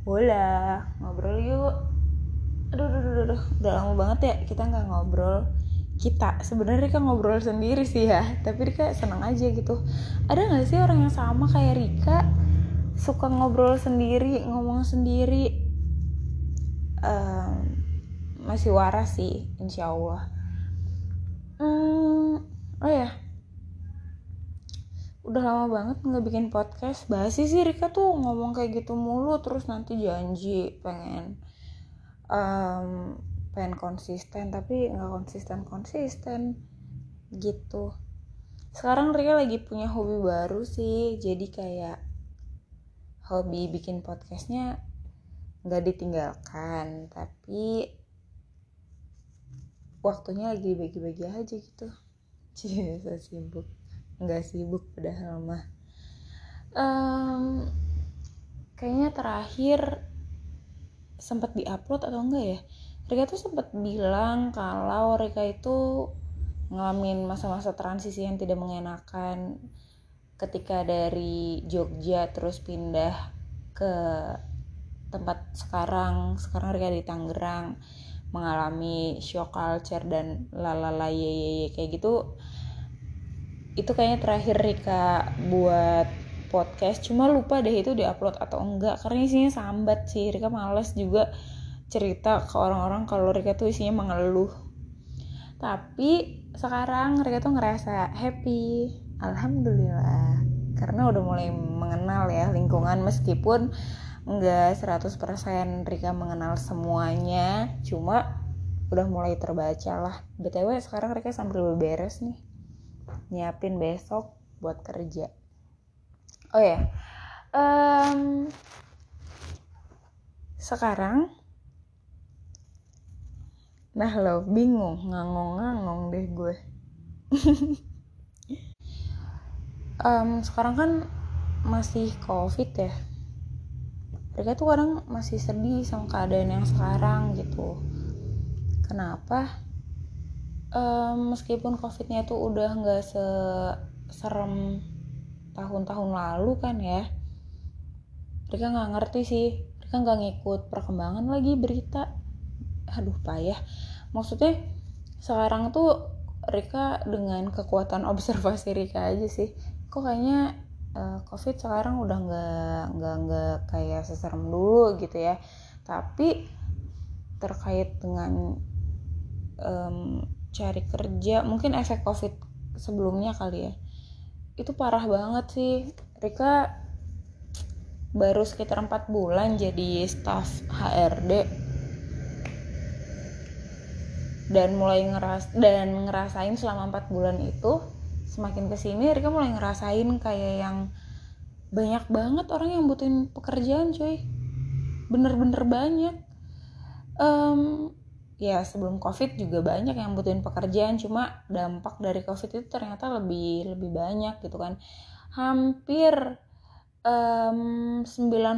Bola, ngobrol yuk. Aduh, udah lama banget ya kita nggak ngobrol. Kita sebenarnya Rika ngobrol sendiri sih ya, tapi Rika seneng aja gitu. Ada nggak sih orang yang sama kayak Rika, suka ngobrol sendiri, ngomong sendiri? Masih waras sih, insya Allah. Oh ya, udah lama banget nggak bikin podcast. Basi sih Rika tuh ngomong kayak gitu mulu, terus nanti janji pengen konsisten tapi nggak konsisten gitu. Sekarang Rika lagi punya hobi baru sih, jadi kayak hobi bikin podcastnya nggak ditinggalkan, tapi waktunya lagi dibagi-bagi aja gitu. Jadi sibuk, nggak sibuk padahal mah. Kayaknya terakhir sempat diupload atau enggak ya, Rika tuh sempat bilang kalau Rika itu ngalamin masa-masa transisi yang tidak mengenakan ketika dari Jogja terus pindah ke tempat sekarang Rika di Tangerang, mengalami shock culture dan lalala ye kayak gitu. Itu kayaknya terakhir Rika buat podcast, cuma lupa deh itu diupload atau enggak karena isinya sambat sih. Rika males juga cerita ke orang-orang kalau Rika tuh isinya mengeluh. Tapi sekarang Rika tuh ngerasa happy, alhamdulillah, karena udah mulai mengenal ya lingkungan, meskipun enggak 100% Rika mengenal semuanya, cuma udah mulai terbaca lah. BTW sekarang Rika sambil beberes nih, nyiapin besok buat kerja. Oh ya, sekarang, nah lo bingung, ngangong-ngangong deh gue. Sekarang kan masih COVID ya. Mereka tuh kadang masih sedih sama keadaan yang sekarang gitu. Kenapa? Meskipun COVID-nya tuh udah nggak serem tahun-tahun lalu kan ya. Mereka nggak ngerti sih. Mereka nggak ngikut perkembangan lagi berita. Aduh payah. Maksudnya sekarang tuh Rika dengan kekuatan observasi Rika aja sih, kok kayaknya COVID sekarang udah nggak kayak seserem dulu gitu ya. Tapi terkait dengan cari kerja, mungkin efek COVID sebelumnya kali ya, itu parah banget sih. Rika baru sekitar 4 bulan jadi staff HRD dan ngerasain selama 4 bulan itu, semakin kesini Rika mulai ngerasain kayak yang banyak banget orang yang butuhin pekerjaan cuy, bener-bener banyak. Ya sebelum COVID juga banyak yang butuhin pekerjaan, cuma dampak dari COVID itu ternyata lebih banyak gitu kan. Hampir 90%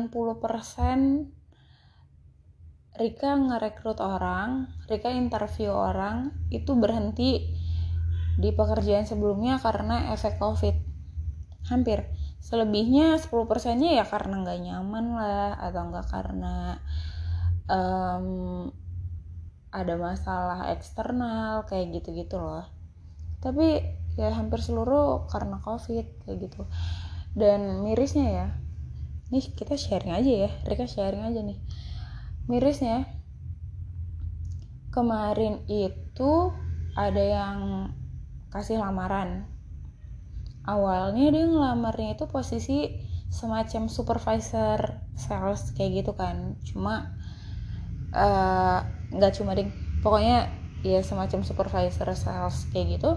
Rika ngerekrut orang, Rika interview orang itu berhenti di pekerjaan sebelumnya karena efek COVID. Hampir. Selebihnya 10%-nya ya karena gak nyaman lah, atau gak karena ada masalah eksternal kayak gitu-gitu loh. Tapi ya hampir seluruh karena COVID kayak gitu. Dan mirisnya ya, nih kita sharing aja ya, Rika sharing aja nih. Mirisnya kemarin itu ada yang kasih lamaran. Awalnya dia ngelamarnya itu posisi semacam supervisor sales kayak gitu kan, cuma nggak cuma ding, pokoknya ya semacam supervisor sales kayak gitu.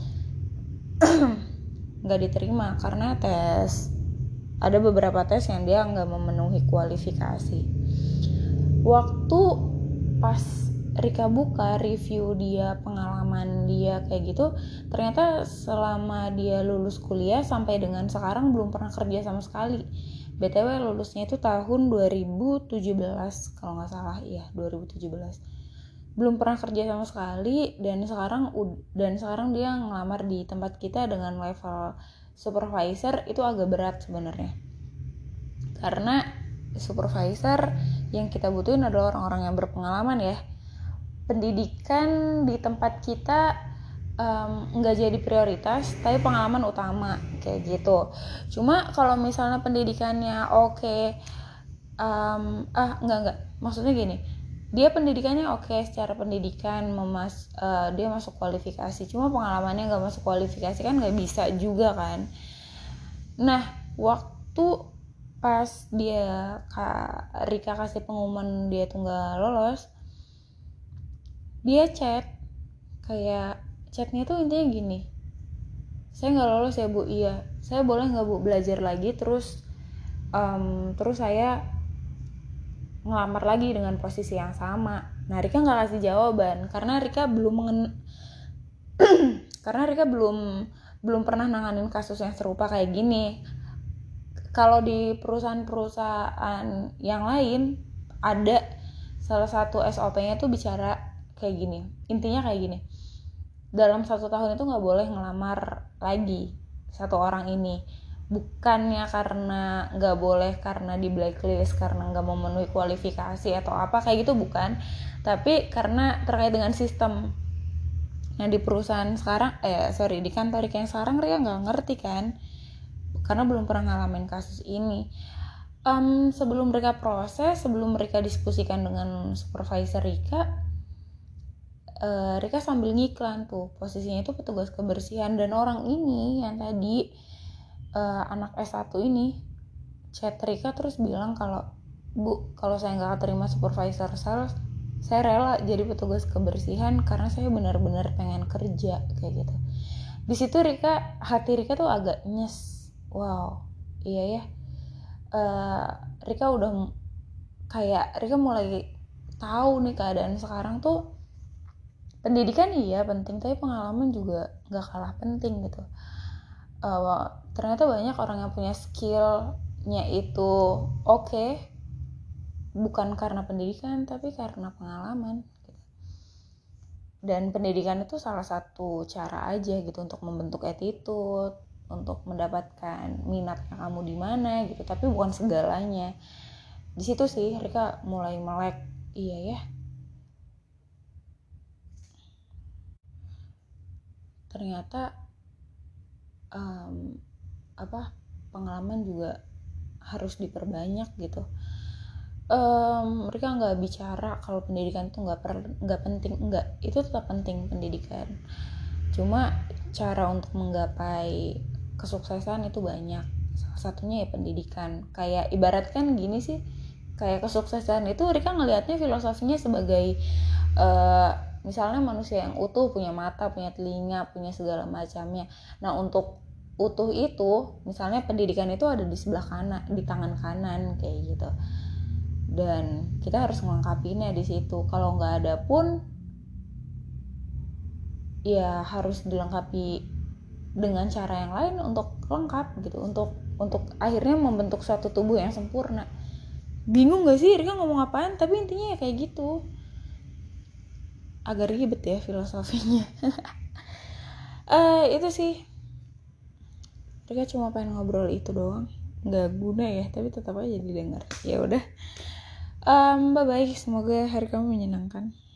Nggak diterima karena ada beberapa tes yang dia nggak memenuhi kualifikasi. Waktu pas Rika buka review dia, pengalaman dia kayak gitu, ternyata selama dia lulus kuliah sampai dengan sekarang belum pernah kerja sama sekali. BTW lulusnya itu tahun 2017 kalau nggak salah, iya 2017. Belum pernah kerja sama sekali, dan sekarang dia ngelamar di tempat kita dengan level supervisor. Itu agak berat sebenarnya, karena supervisor, yang kita butuhin adalah orang-orang yang berpengalaman ya. Pendidikan di tempat kita nggak jadi prioritas, tapi pengalaman utama kayak gitu. Cuma kalau misalnya pendidikannya oke, enggak, maksudnya gini, dia pendidikannya oke secara pendidikan, dia masuk kualifikasi, cuma pengalamannya nggak masuk kualifikasi kan nggak bisa juga kan. Nah, waktu pas Rika kasih pengumuman dia tuh nggak lolos, dia chatnya tuh intinya gini, saya nggak lolos ya Bu, iya, saya boleh nggak Bu belajar lagi, terus saya ngelamar lagi dengan posisi yang sama. Nah, Rika nggak kasih jawaban karena Rika belum pernah nanganin kasus yang serupa kayak gini. Kalau di perusahaan-perusahaan yang lain ada salah satu SOP-nya tuh bicara kayak gini, intinya kayak gini, dalam 1 tahun itu nggak boleh ngelamar lagi satu orang ini, bukannya karena nggak boleh karena di blacklist, karena nggak memenuhi kualifikasi atau apa kayak gitu, bukan, tapi karena terkait dengan sistem. Nah, di perusahaan sekarang di kantor yang sekarang Ria nggak ngerti kan, karena belum pernah ngalamin kasus ini. Sebelum mereka diskusikan dengan supervisor Rika sambil ngiklan tuh, posisinya itu petugas kebersihan, dan orang ini yang tadi anak S1 ini chat Rika terus bilang kalau, Bu, kalau saya nggak terima supervisor saya rela jadi petugas kebersihan karena saya benar-benar pengen kerja kayak gitu. Di situ hati Rika tuh agak nyes, wow, iya ya, Rika mulai tahu nih keadaan sekarang tuh pendidikan iya penting, tapi pengalaman juga nggak kalah penting gitu. Ternyata banyak orang yang punya skillnya itu oke, bukan karena pendidikan tapi karena pengalaman gitu. Dan pendidikan itu salah satu cara aja gitu untuk membentuk attitude, untuk mendapatkan minatnya kamu di mana gitu, tapi bukan segalanya. Di situ sih Rika mulai melek, iya ya, ternyata pengalaman juga harus diperbanyak gitu. Mereka nggak bicara kalau pendidikan tuh nggak penting, enggak, itu tetap penting pendidikan. Cuma cara untuk menggapai kesuksesan itu banyak. Salah satunya ya pendidikan. Kayak ibaratkan gini sih, kayak kesuksesan itu Rika ngelihatnya filosofinya sebagai misalnya manusia yang utuh, punya mata, punya telinga, punya segala macamnya. Nah, untuk utuh itu misalnya pendidikan itu ada di sebelah kanan, di tangan kanan kayak gitu, dan kita harus melengkapinya di situ. Kalau nggak ada pun ya harus dilengkapi dengan cara yang lain untuk lengkap gitu, untuk akhirnya membentuk suatu tubuh yang sempurna. Bingung gak sih Rika ngomong apaan, tapi intinya ya kayak gitu. Agak ribet ya filosofinya. Itu sih, Rika cuma pengen ngobrol itu doang, nggak guna ya, tapi tetap aja didengar. Ya udah, bye bye, semoga hari kamu menyenangkan.